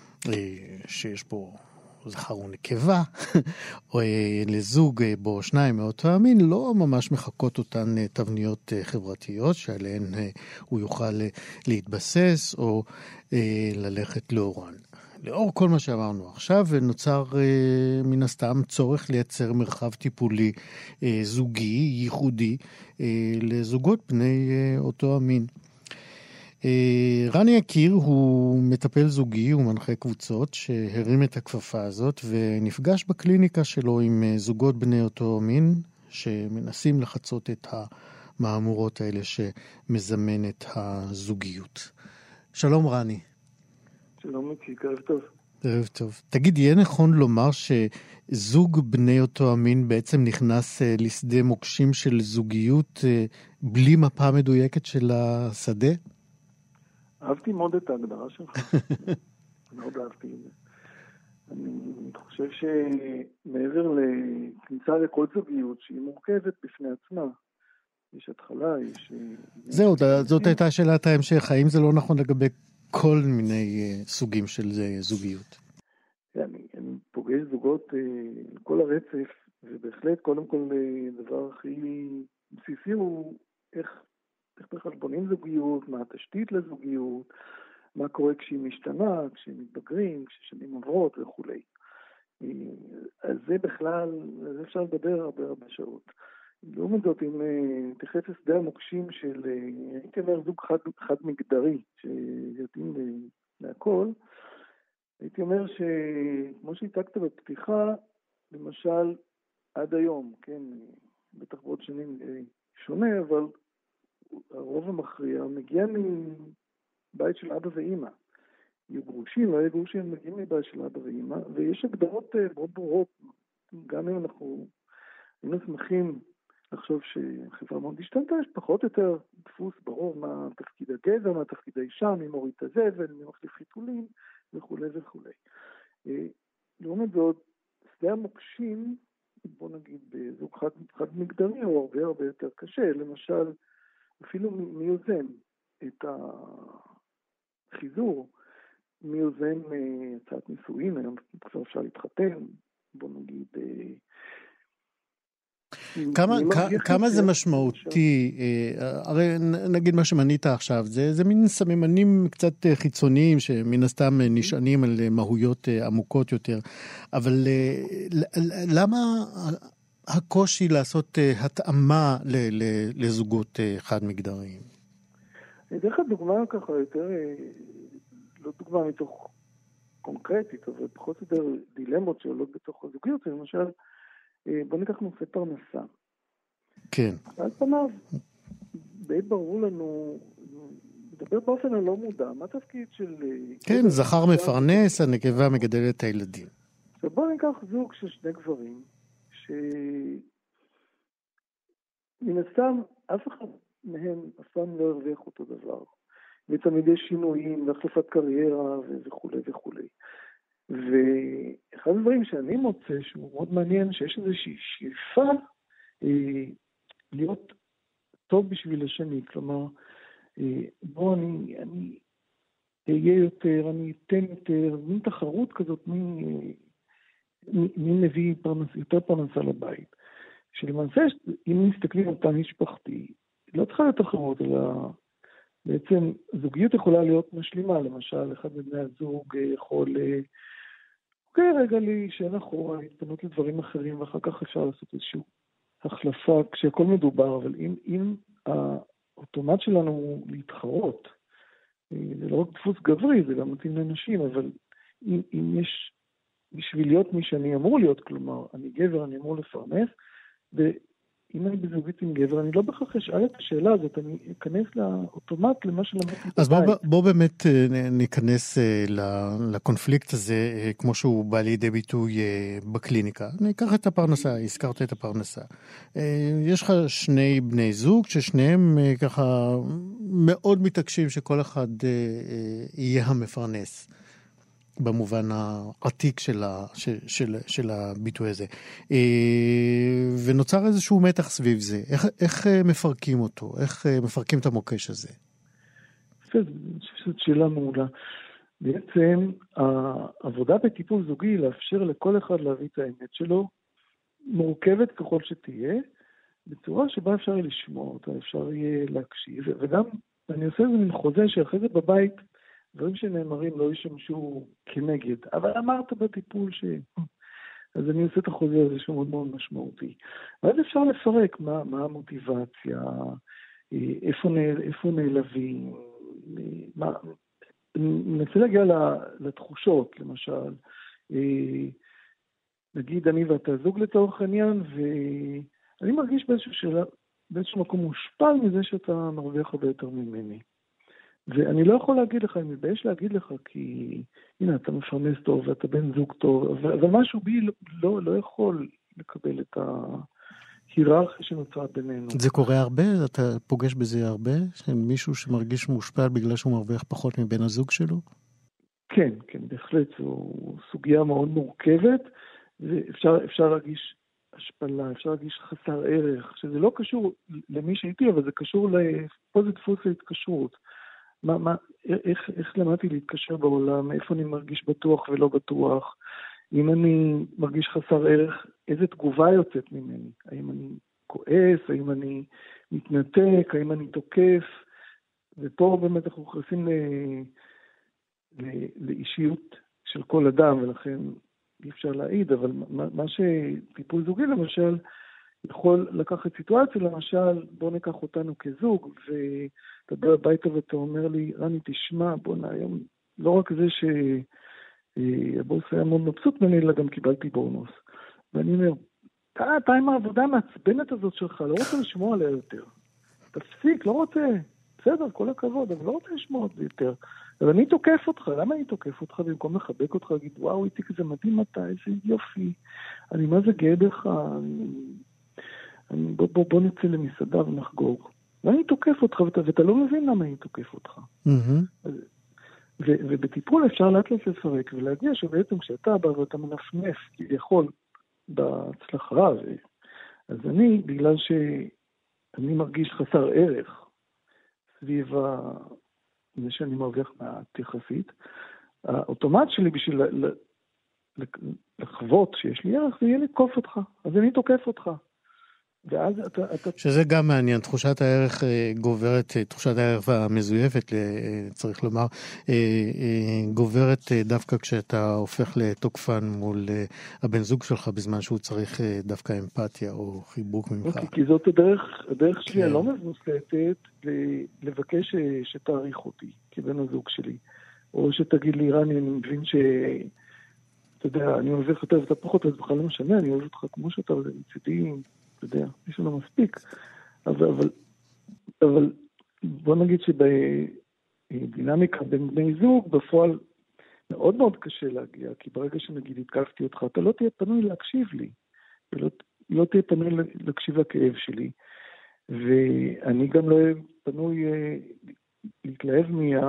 שיש פה זכר ונקבה, או לזוג בו שניים מאותו המין, לא ממש מחכות אותן תבניות חברתיות שעליהן הוא יוכל להתבסס או ללכת לאורן. לאור כל מה שאמרנו עכשיו, נוצר מן הסתם צורך לייצר מרחב טיפולי זוגי, ייחודי, לזוגות בני אותו המין. רני יקיר הוא מטפל זוגי, הוא מנחה קבוצות שהרים את הכפפה הזאת ונפגש בקליניקה שלו עם זוגות בני אותו מין שמנסים לחצות את המאמורות האלה שמזמן את הזוגיות. שלום רני. שלום איציק, ערב טוב. ערב טוב. תגיד, יהיה נכון לומר שזוג בני אותו המין בעצם נכנס לשדה מוקשים של זוגיות בלי מפה מדויקת של השדה? אהבתי מאוד את ההגדרה שלך, מאוד אהבתי את זה. אני חושב שמעבר לכניסה לכל זוגיות שהיא מורכבת בפני עצמה, יש התחלה, יש... זהו, זאת הייתה שאלת ההמשך, האם זה לא נכון לגבי כל מיני סוגים של זוגיות? אני פוגש זוגות כל הרצף, ובהחלט קודם כל דבר הכי בסיסי הוא איך בכלל בונים זוגיות, מה התשתית לזוגיות, מה קורה כשהיא משתנה, כשהם מתבגרים, כששנים עוברות וכו'. אז זה בכלל, אז אפשר לדבר הרבה שעות. לעומת זאת, אם תחץ לשדה המוקשים של, הייתי אומר זוג חד מגדרי, שיתאים להכל, הייתי אומר שכמו שהצגת בפתיחה, למשל עד היום, כן, בטח בעוד שנים שונה, אבל הרוב המכריע מגיע מבית של אבא ואמא. יהיו גרושים, לא יהיו גרושים, הם מגיעים מבית של אבא ואמא, ויש הגדרות מאוד ברורות, גם אם אנחנו שמחים לחשוב שהחברה מאוד השתנתה, יש פחות או יותר דפוס ברור מה תפקיד הגזע, מה תפקיד האישה, מי מוריד את הזבל, מי מחליף חיתולים, וכו' וכו'. לעומת זאת, שדה המוקשים, בוא נגיד, בזוג חד מגדרי, הוא הרבה יותר קשה. למשל, אפילו מי יוזם את החיזור, מי יוזם הצעת נישואין, היום כבר אפשר להתחתן, בוא נגיד... כמה זה משמעותי, הרי נגיד מה שמנית עכשיו, זה מין סממנים קצת חיצוניים שמן הסתם נשענים על מהויות עמוקות יותר, אבל למה הקושי לעשות התאמה לזוגות חד מגדריים? אני אתן לך דוגמה ככה יותר, לא דוגמה מתוך קונקרטית, אבל פחות או יותר דילמות שעולות בתוך הזוגיות, למשל, בוא ניקח נושא פרנסה. כן. על פניו, די ברור לנו, מדבר באופן הלא מודע, מה התפקיד של... כן, זכר מפרנס, הנקבה מגדלת את הילדים. עכשיו בוא ניקח זוג של שני גברים, מן הסתם, אף אחד מהם אף פעם לא הרוויח אותו דבר. ותמיד יש שינויים, והחלפת קריירה וכו' וכו'. ואחד הדברים שאני מוצא שהוא מאוד מעניין, שיש איזושהי שאיפה להיות טוב בשביל השני. כלומר, בוא אני אהיה יותר, אני אתן יותר, מין תחרות כזאת, מין מי מביא יותר פרנסה לבית. שלמעשה, אם מסתכלים על תא משפחתי, לא צריכה להיות תחרות, אלא בעצם זוגיות יכולה להיות משלימה. למשל, אחד מבני הזוג יכול רגע להישען אחורה, להתפנות לדברים אחרים, ואחר כך אפשר לעשות איזושהי החלפה כשהכל מדובר, אבל אם האוטומט שלנו הוא להתחרות, זה לא רק דפוס גברי, זה גם מתאים לנשים, אבל אם יש בשביל להיות מי שאני אמור להיות, כלומר, אני גבר, אני אמור לפרנס, ואם אני בזוגית עם גבר, אני לא בכך אשאל את השאלה הזאת, אני אכנס לאוטומט למה שלמדתי. אז בוא באמת ניכנס לקונפליקט הזה, כמו שהוא בא לידי ביטוי בקליניקה. ניקח את הפרנסה, הזכרת את הפרנסה. יש לך שני בני זוג, ששניהם ככה מאוד מתעקשים שכל אחד יהיה המפרנס. במובן העתיק של הביטוי הזה. ונוצר איזשהו מתח סביב זה. איך מפרקים אותו? איך מפרקים את המוקש הזה? זאת שאלה מעולה. בעצם, העבודה בטיפול זוגי לאפשר לכל אחד להביא את האמת שלו, מורכבת ככל שתהיה, בצורה שבה אפשר לשמוע אותה, אפשר יהיה להקשיב, וגם אני עושה איזה מין חוזה שאחרי זה בבית, דברים שנאמרים לא ישמשו כנגד, אבל אמרת בטיפול אז אני עושה את החוזה הזה שהוא מאוד מאוד משמעותי. ואז אפשר לפרק מה המוטיבציה, איפה נעלבים, ננסה להגיע לתחושות, למשל, נגיד אני ואתה זוג לצורך העניין, ואני מרגיש באיזשהו מקום מושפל מזה שאתה מרוויח הרבה יותר ממני. ואני לא יכול להגיד לך, אני מתבייש להגיד לך, כי הנה, אתה מפרנס טוב ואתה בן זוג טוב, אבל משהו בי לא יכול לקבל את ההיררכיה שנוצרה בינינו. זה קורה הרבה? אתה פוגש בזה הרבה? מישהו שמרגיש מושפע בגלל שהוא מרוויח פחות מבן הזוג שלו? כן, בהחלט, זו סוגיה מאוד מורכבת, ואפשר להרגיש השפלה, אפשר להרגיש חסר ערך, שזה לא קשור למי שהייתי, אבל זה קשור פה זה דפוס ההתקשרות. איך למדתי להתקשר בעולם, איפה אני מרגיש בטוח ולא בטוח, אם אני מרגיש חסר ערך, איזה תגובה יוצאת ממני, האם אני כועס, האם אני מתנתק, האם אני תוקף, ופה באמת אנחנו נכנסים לאישיות של כל אדם, ולכן אי אפשר להעיד, אבל מה שטיפול זוגי למשל, יכול לקחת סיטואציה, למשל, בוא ניקח אותנו כזוג, ואתה בא הביתה ואתה אומר לי, רני, תשמע, בוא נהיום, לא רק זה שהבוס היה מאוד מבסוט ממני, אלא גם קיבלתי בונוס. ואני אומר, אתה עם העבודה המעצבנת הזאת שלך, לא רוצה לשמוע עליה יותר. תפסיק, לא רוצה, בסדר, כל הכבוד, אבל לא רוצה לשמוע את זה יותר. אבל אני תוקף אותך, למה אני תוקף אותך? במקום לחבק אותך, להגיד, וואו, איתי כזה מדהים אתה, איזה יופי, אני מה זה גאה בך, בוא נצא למסעדה ונחגוג. ואני תוקף אותך, ואתה לא מבין למה אני תוקף אותך. ובטיפול אפשר לאט לפרק ולהגיע שבעצם כשאתה בא ואתה מנפנף כביכול בהצלחה, אז אני, בגלל שאני מרגיש חסר ערך סביב זה שאני מרוויח מעט יחסית, האוטומט שלי בשביל לחוות שיש לי ערך, זה יהיה לתקוף אותך. אז אני תוקף אותך. ואז שזה גם מעניין, תחושת הערך גוברת, תחושת הערך המזויפת, צריך לומר, גוברת דווקא כשאתה הופך לתוקפן מול הבן זוג שלך, בזמן שהוא צריך דווקא אמפתיה או חיבוק ממך. כי זאת הדרך שלי הלא מבוסתת, לבקש שתעריך אותי כבן הזוג שלי, או שתגיד לי, רני, אני מבין אתה יודע, אני אוהב יותר ואתה פחות, אז בכלל לא משנה, אני אוהב אותך כמו שאתה מצידי, אתה יודע, יש לנו מספיק. אבל בוא נגיד שבדינמיקה בין בני זוג, בפועל מאוד מאוד קשה להגיע, כי ברגע שנגיד התקפתי אותך, אתה לא תהיה פנוי להקשיב לי, ולא תהיה פנוי להקשיב לכאב שלי, ואני גם לא אהיה פנוי להתלהב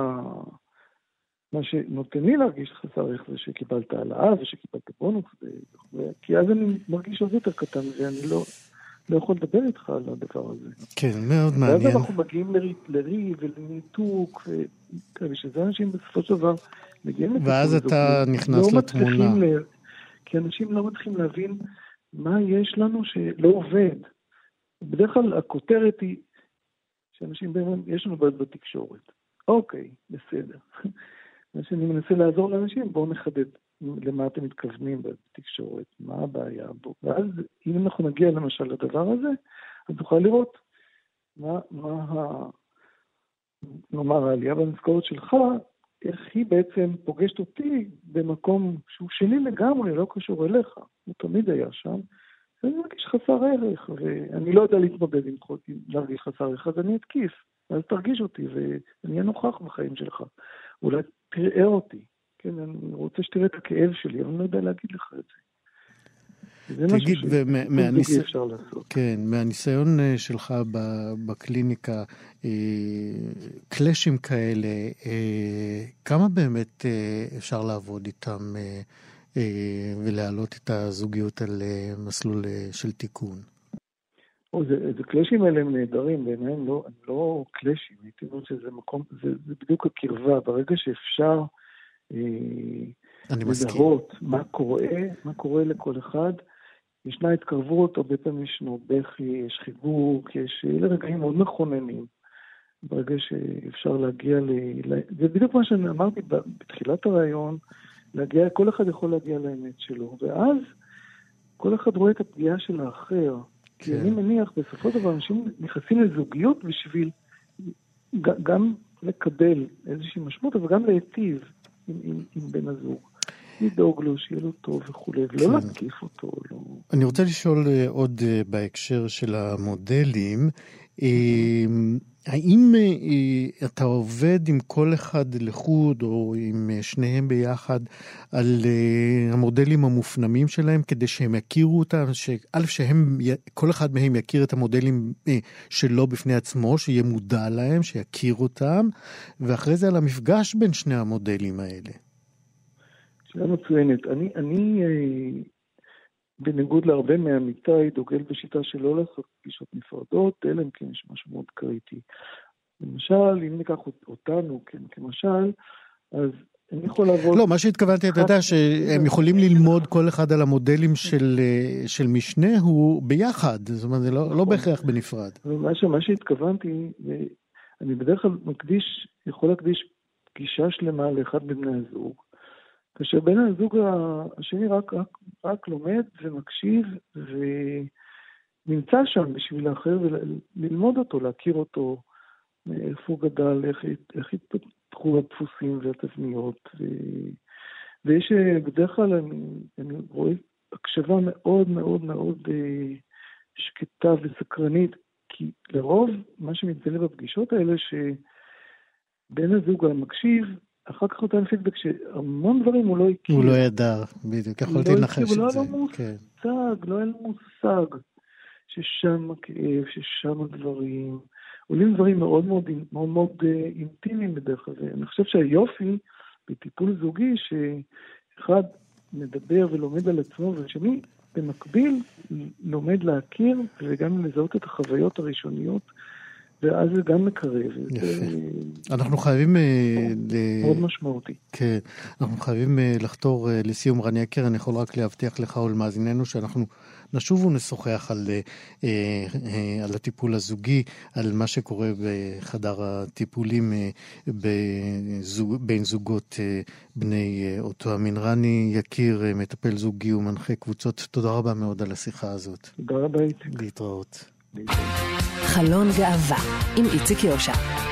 מה שנותן לי להרגיש חסר ערך זה שקיבלת העלאה ושקיבלת בונוס, כי אז אני מרגיש עוד יותר קטן ואני לא יכול לדבר איתך על הדבר הזה. כן, מאוד מעניין. ואז אנחנו מגיעים לריב ולניתוק, ושזה אנשים בסופו של דבר מגיעים ואז אתה נכנס לתמונה. כי אנשים לא מתחילים להבין מה יש לנו שלא עובד. בדרך כלל הכותרת היא שאנשים באמת, יש לנו בעיות בתקשורת. אוקיי, בסדר. מה שאני מנסה לעזור לאנשים, בואו נחדד למה אתם מתכוונים בתקשורת, מה הבעיה בו. ואז אם אנחנו נגיע למשל לדבר הזה, אז נוכל לראות נאמר, העלייה במשכורת שלך, איך היא בעצם פוגשת אותי במקום שהוא שלי לגמרי, לא קשור אליך. הוא תמיד היה שם. אני מרגיש חסר ערך, ואני לא יודע להתמודד עם להרגיש חסר ערך, אז אני אתקיף. אז תרגיש אותי, ואני אהיה נוכח בחיים שלך. אולי תראה אותי. כן, אני רוצה שתראה את הכאב שלי, אבל אני לא יודע להגיד לך את זה. תגיד, מהניסיון שלך בקליניקה, קלאשים כאלה, כמה באמת אפשר לעבוד איתם ולהעלות את הזוגיות על מסלול של תיקון? זה קלאשים האלה הם נהדרים, בעיניי הם לא קלאשים, הייתי אומר שזה מקום, זה בדיוק הקרבה, ברגע שאפשר לזהות מה קורה לכל אחד, ישנה התקרבות, הרבה פעמים ישנו בכי, יש חיבוק, יש רגעים מאוד מכוננים, ברגע שאפשר להגיע זה בדיוק מה שאני אמרתי בתחילת הרעיון, כל אחד יכול להגיע לאמת שלו, ואז כל אחד רואה את הפגיעה של האחר, כי אני מניח, בסופו של דבר, אנשים נכנסים לזוגיות בשביל גם לקבל איזושהי משמעות, אבל גם להיטיב עם בן הזוג. לדאוג לו, שיהיה לו טוב וכו', ולא להתקיף אותו. אני רוצה לשאול עוד בהקשר של המודלים, האם אתה עובד עם כל אחד לחוד או עם שניהם ביחד על המודלים המופנמים שלהם כדי שהם יכירו אותם, כל אחד מהם יכיר את המודלים שלו בפני עצמו, שיהיה מודע להם, שיכיר אותם, ואחרי זה על המפגש בין שני המודלים האלה? שאלה מצוינת. אני בניגוד להרבה מעמיתיי, דוגל בשיטה שלא לעשות פגישות נפרדות, אלא אם כן יש משהו מאוד קריטי. למשל, אם ניקח אותנו כמשל, אז אני יכול לעבוד... לא, מה שהתכוונתי, אתה יודע שהם יכולים ללמוד כל אחד על המודלים של משנה הוא ביחד, זאת אומרת, זה לא בהכרח בנפרד. מה שהתכוונתי, אני בדרך כלל יכול להקדיש פגישה שלמה לאחד מבני הזוג, כאשר בין הזוג השני רק לומד ומקשיב ונמצא שם בשביל האחר וללמוד אותו, להכיר אותו, איפה הוא גדל, איך התפתחו הדפוסים והתבניות. ויש בדרך כלל אני רואה הקשבה מאוד מאוד מאוד שקטה וסקרנית, כי לרוב מה שמתגלה בפגישות האלה שבן הזוג המקשיב, אחר כך נותן פידבק שהמון דברים הוא לא הכיר. הוא לא ידע, בדיוק, יכולתי לנחש את זה. לא היה לו מושג ששם הכאב, ששם הדברים, עולים דברים מאוד מאוד מאוד אינטימיים בדרך כלל. אני חושב שהיופי בטיפול זוגי שאחד מדבר ולומד על עצמו, והשני במקביל לומד להכיר וגם לזהות את החוויות הראשוניות, ואז זה גם מקרב. אנחנו חייבים... מאוד משמעותי. כן, אנחנו חייבים לחתור לסיום. רני יקר, אני יכול רק להבטיח לך ולמאזיננו שאנחנו נשוב ונשוחח על הטיפול הזוגי, על מה שקורה בחדר הטיפולים בין זוגות בני אותו המין. רני יקיר, מטפל זוגי ומנחה קבוצות, תודה רבה מאוד על השיחה הזאת. תודה רבה, איציק. להתראות. חלון גאווה עם איציק יושע.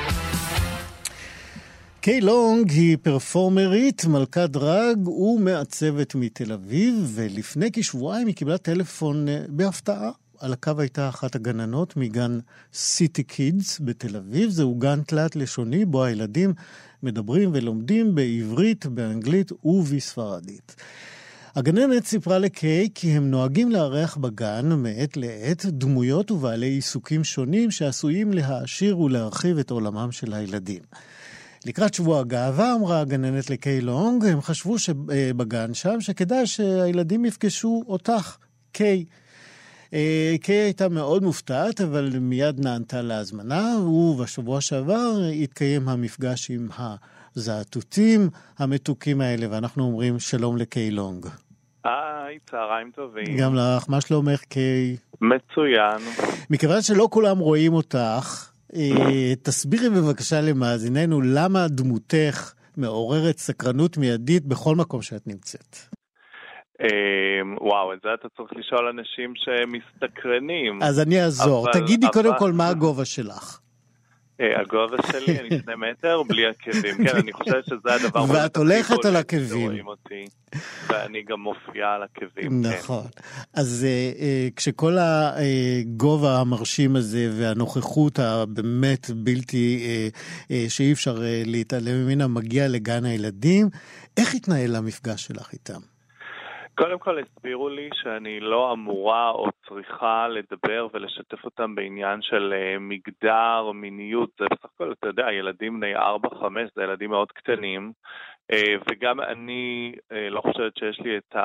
קיי לונג היא פרפורמרית, מלכת דרג ומעצבת מתל אביב, ולפני כשבועיים היא קיבלה טלפון בהפתעה. על הקו הייתה אחת הגננות מגן סיטי קידס בתל אביב. זהו גן תלת לשוני בו הילדים מדברים ולומדים בעברית, באנגלית ובספרדית. הגננת סיפרה לקיי כי הם נוהגים לארח בגן מעת לעת דמויות ובעלי עיסוקים שונים שעשויים להעשיר ולהרחיב את עולמם של הילדים. לקראת שבוע הגאווה אמרה הגננת לקיי לונג, הם חשבו שבגן שם שכדאי שהילדים יפגשו אותך, קיי. קיי הייתה מאוד מופתעת, אבל מיד נענתה להזמנה, ובשבוע שעבר התקיים המפגש עם הזעתותים המתוקים האלה, ואנחנו אומרים שלום לקיי לונג. היי, צהריים טובים. גם לך, מה שלומך קיי? מצוין. מכיוון שלא כולם רואים אותך, תסבירי בבקשה למאזיננו למה דמותך מעוררת סקרנות מיידית בכל מקום שאת נמצאת. וואו, את זה אתה צריך לשאול אנשים שמסתקרנים. אז אני אעזור. תגידי קודם כל מה הגובה שלך. הגובה שלי, אני 2 מטר בלי עקבים. כן, אני חושבת שזה הדבר... ואת הולכת על עקבים. ואני גם מופיעה על עקבים. נכון. אז כשכל הגובה המרשים הזה והנוכחות הבאמת בלתי, שאי אפשר להתעלם ממנה, מגיע לגן הילדים, איך התנהל המפגש שלך איתם? קודם כל הסבירו לי שאני לא אמורה או צריכה לדבר ולשתף אותם בעניין של מגדר, מיניות. זה בסך הכל, אתה יודע, ילדים בני 4-5, זה ילדים מאוד קטנים, וגם אני לא חושבת שיש לי את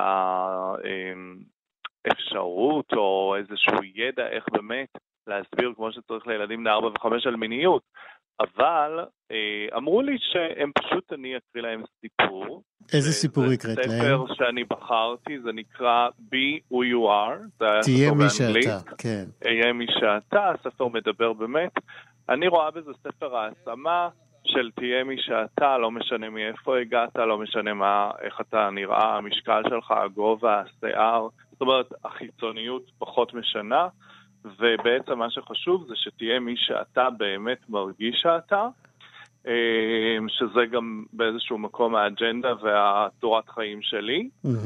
האפשרות או איזשהו ידע איך באמת להסביר כמו שצריך לילדים בני 4 ו-5 על מיניות. אבל אמרו לי שהם פשוט אני אקריא להם סיפור. איזה סיפור הקראת להם? זה ספר שאני בחרתי, זה נקרא Be Who You Are. תהיה מי שאתה, כן. תהיה מי שאתה, הספר מדבר באמת. אני רואה בזה ספר העצמה של תהיה מי שאתה, לא משנה מאיפה הגעת, לא משנה איך אתה נראה, המשקל שלך, הגובה, השיער. זאת אומרת, החיצוניות פחות משנה. ובעצם מה שחשוב זה שתהיה מי שאתה באמת מרגיש שאתה, שזה גם באיזשהו מקום האג'נדה והתורת חיים שלי.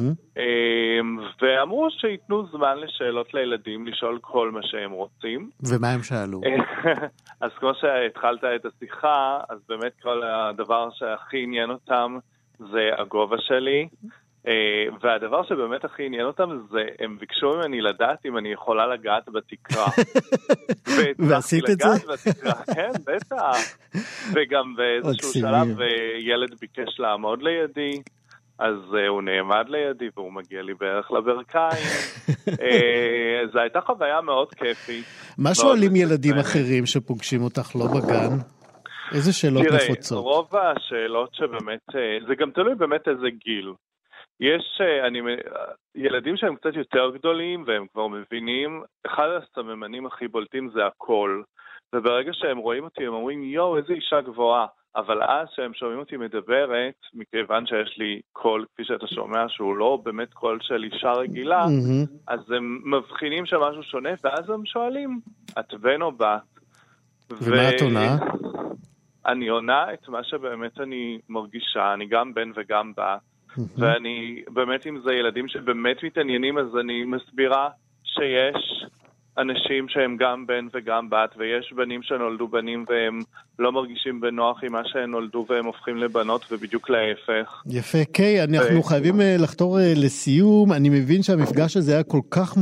ואמרו שיתנו זמן לשאלות לילדים, לשאול כל מה שהם רוצים. ומה הם שאלו? אז כמו שהתחלת את השיחה, אז באמת כל הדבר שהכי עניין אותם זה הגובה שלי. והדבר שבאמת הכי עניין אותם זה, הם ביקשו ממני לדעת אם אני יכולה לגעת בתקרה. ועשית את זה? בתקרה, כן, בטח. וגם באיזשהו שלב ילד ביקש לעמוד לידי, אז הוא נעמד לידי והוא מגיע לי בערך לברכיים. זו הייתה חוויה מאוד כיפית. מה שואלים ילדים אחרים שפוגשים אותך לא בגן? איזה שאלות נפוצות? תראה, רוב השאלות שבאמת, זה גם תלוי באמת איזה גיל. יש ילדים שהם קצת יותר גדולים והם כבר מבינים, אחד הסממנים הכי בולטים זה הקול, וברגע שהם רואים אותי הם אומרים יו איזה אישה גבוהה, אבל אז שהם שומעים אותי מדברת, מכיוון שיש לי קול כפי שאתה שומע שהוא לא באמת קול של אישה רגילה, אז הם מבחינים שמשהו שונה ואז הם שואלים את בן או בת. ומה את עונה? אני עונה את מה שבאמת אני מרגישה, אני גם בן וגם בת. ואני, באמת אם זה ילדים שבאמת מתעניינים, אז אני מסבירה שיש אנשים שהם גם בן וגם בת, ויש בנים שנולדו בנים והם לא מרגישים בנוח עם מה שהם נולדו והם הופכים לבנות, ובדיוק להפך. יפה, קיי, אנחנו חייבים לחתור לסיום. אני מבין שהמפגש הזה היה כל כך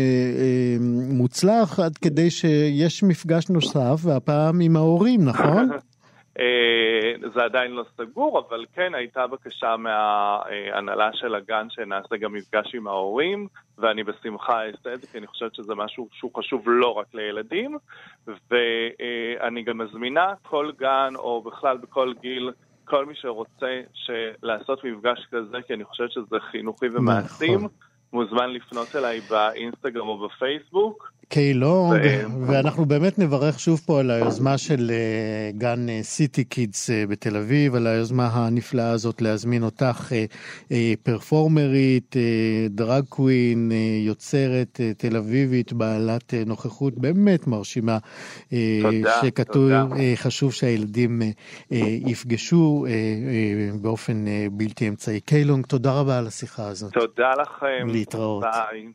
מוצלח, עד כדי שיש מפגש נוסף, והפעם עם ההורים, נכון? זה עדיין לא סגור, אבל כן הייתה בקשה מההנהלה של הגן שנעשה גם מפגש עם ההורים, ואני בשמחה אעשה את זה, כי אני חושבת שזה משהו שהוא חשוב לא רק לילדים, ואני גם מזמינה כל גן או בכלל בכל גיל, כל מי שרוצה לעשות מפגש כזה, כי אני חושבת שזה חינוכי ומעשים, מוזמן לפנות אליי באינסטגרם או בפייסבוק. קיילונג, ואנחנו באמת נברך שוב פה על היוזמה של גן סיטי קידס בתל אביב, על היוזמה הנפלאה הזאת להזמין אותך פרפורמרית, דרג קווין, יוצרת תל אביבית, בעלת נוכחות באמת מרשימה, שכתוב חשוב שהילדים יפגשו באופן בלתי אמצעי. קיילונג, תודה רבה על השיחה הזאת. תודה לכם. להתראות. ביי.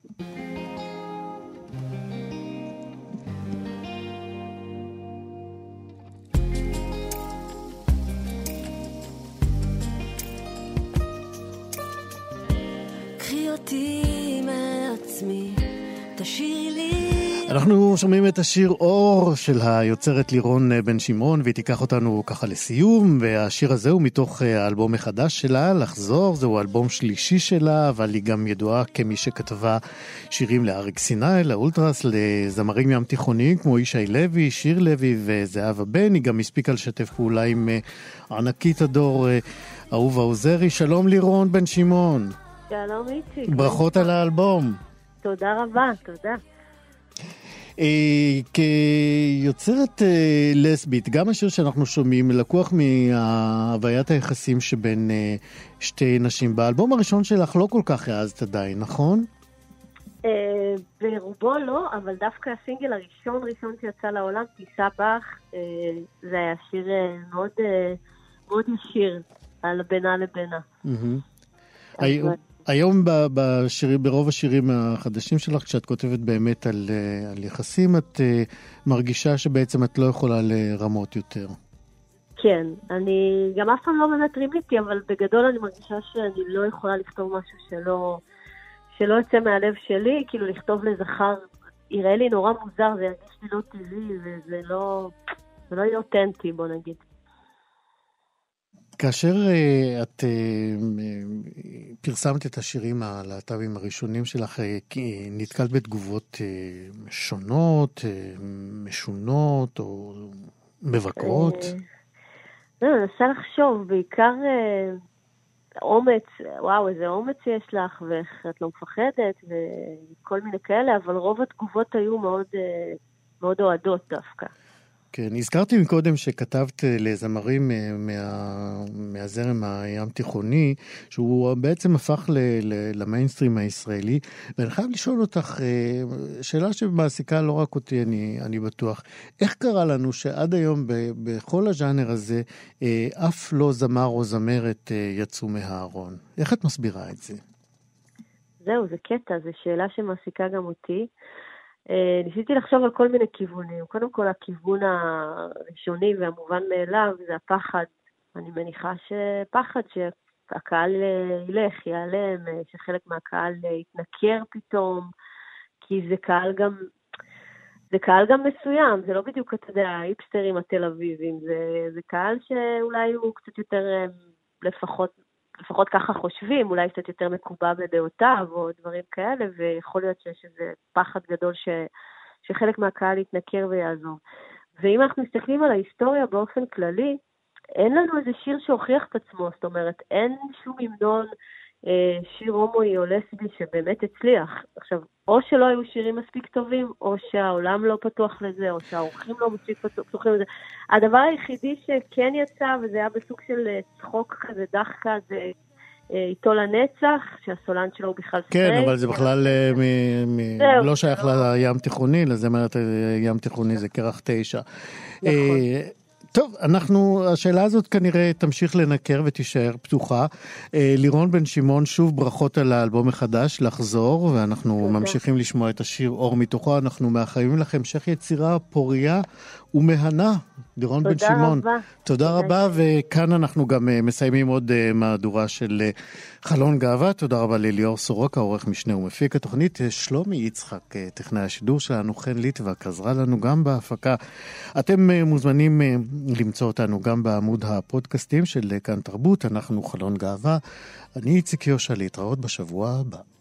אנחנו שומעים את השיר אור של היוצרת לירון בן שמעון, והיא תיקח אותנו ככה לסיום, והשיר הזה הוא מתוך האלבום החדש שלה, לחזור, זהו אלבום שלישי שלה, אבל היא גם ידועה כמי שכתבה שירים לאריק סיני, לאולטרס, לזמרים ים תיכוניים כמו ישי לוי, שיר לוי וזהבה בן. היא גם הספיקה לשתף פעולה עם ענקית הדור אהובה עוזרי. שלום לירון בן שמעון. שלום איציק. ברכות על האלבום. תודה רבה, תודה. כיוצרת לסבית, גם השיר שאנחנו שומעים לקוח מהוויית היחסים שבין שתי נשים. באלבום הראשון שלך לא כל כך העזת עדיין, נכון? ברובו לא, אבל דווקא הסינגל הראשון שיצא לעולם, טיסה בך, זה היה שיר מאוד ישיר על בינה לבינה. היום ברוב השירים החדשים שלך, כשאת כותבת באמת על יחסים, את מרגישה שבעצם את לא יכולה לרמות יותר. כן, אני גם אף פעם לא באמת רימיתי, אבל בגדול אני מרגישה שאני לא יכולה לכתוב משהו שלא יוצא מהלב שלי, כאילו לכתוב לזכר, יראה לי נורא מוזר, זה ירגיש לי לא טבעי, וזה לא יהיה אותנטי, בוא נגיד. כאשר את פרסמת את השירים הלהט"בים הראשונים שלך, נתקלת בתגובות שונות, משונות או מבקרות? אני מנסה לחשוב, בעיקר אומץ, וואו, איזה אומץ יש לך, ואיך את לא מפחדת, וכל מיני כאלה, אבל רוב התגובות היו מאוד, מאוד אוהדות דווקא. כן, הזכרתי מקודם שכתבת לזמרים מהזרם הים תיכוני, שהוא בעצם הפך למיינסטרים הישראלי, ואני חייב לשאול אותך, שאלה שמעסיקה לא רק אותי, אני בטוח, איך קרה לנו שעד היום בכל הז'אנר הזה, אף לא זמר או זמרת יצאו מהארון? איך את מסבירה את זה? זהו, זה קטע, זו שאלה שמעסיקה גם אותי. ניסיתי לחשוב על כל מיני כיוונים. קודם כל, הכיוון הראשוני והמובן מאליו זה הפחד. אני מניחה שפחד שהקהל ילך, ייעלם, שחלק מהקהל יתנקר פתאום, כי זה קהל גם מסוים, זה לא בדיוק, אתה יודע, האיפסטרים התל אביבים, זה קהל שאולי הוא קצת יותר, לפחות ככה חושבים, אולי קצת יותר מקובע בדעותיו או דברים כאלה, ויכול להיות שיש איזה פחד גדול שחלק מהקהל יתנקר ויעזוב. ואם אנחנו מסתכלים על ההיסטוריה באופן כללי, אין לנו איזה שיר שהוכיח את עצמו, זאת אומרת, אין שום המנון שיר הומואי או לסבי שבאמת הצליח. עכשיו, או שלא היו שירים מספיק טובים, או שהעולם לא פתוח לזה, או שהאורחים לא מספיק פתוחים לזה. הדבר היחידי שכן יצא, וזה היה בסוג של צחוק כזה, דחקה, זה איתו לנצח, שהסולן שלו הוא בכלל סטרייט. כן, אבל זה בכלל לא שייך לים תיכוני, לזמרת ים תיכוני זה כרך 9. נכון. טוב, השאלה הזאת כנראה תמשיך לנקר ותישאר פתוחה. לירון בן שמעון, שוב ברכות על האלבום החדש, לחזור, ואנחנו ממשיכים לשמוע את השיר אור מתוכו. אנחנו מאחלים לכם המשך יצירה פוריה ומהנה. לירון בן שמעון. תודה רבה, וכאן אנחנו גם מסיימים עוד מהדורה של חלון גאווה. תודה רבה לליאור סורוקה, עורך משנה ומפיק התוכנית. שלומי יצחק, טכנאי השידור שלנו, חן ליטבק, עזרה לנו גם בהפקה. אתם מוזמנים למצוא אותנו גם בעמוד הפודקאסטים של כאן תרבות. אנחנו חלון גאווה. אני איציק יושע, להתראות בשבוע הבא.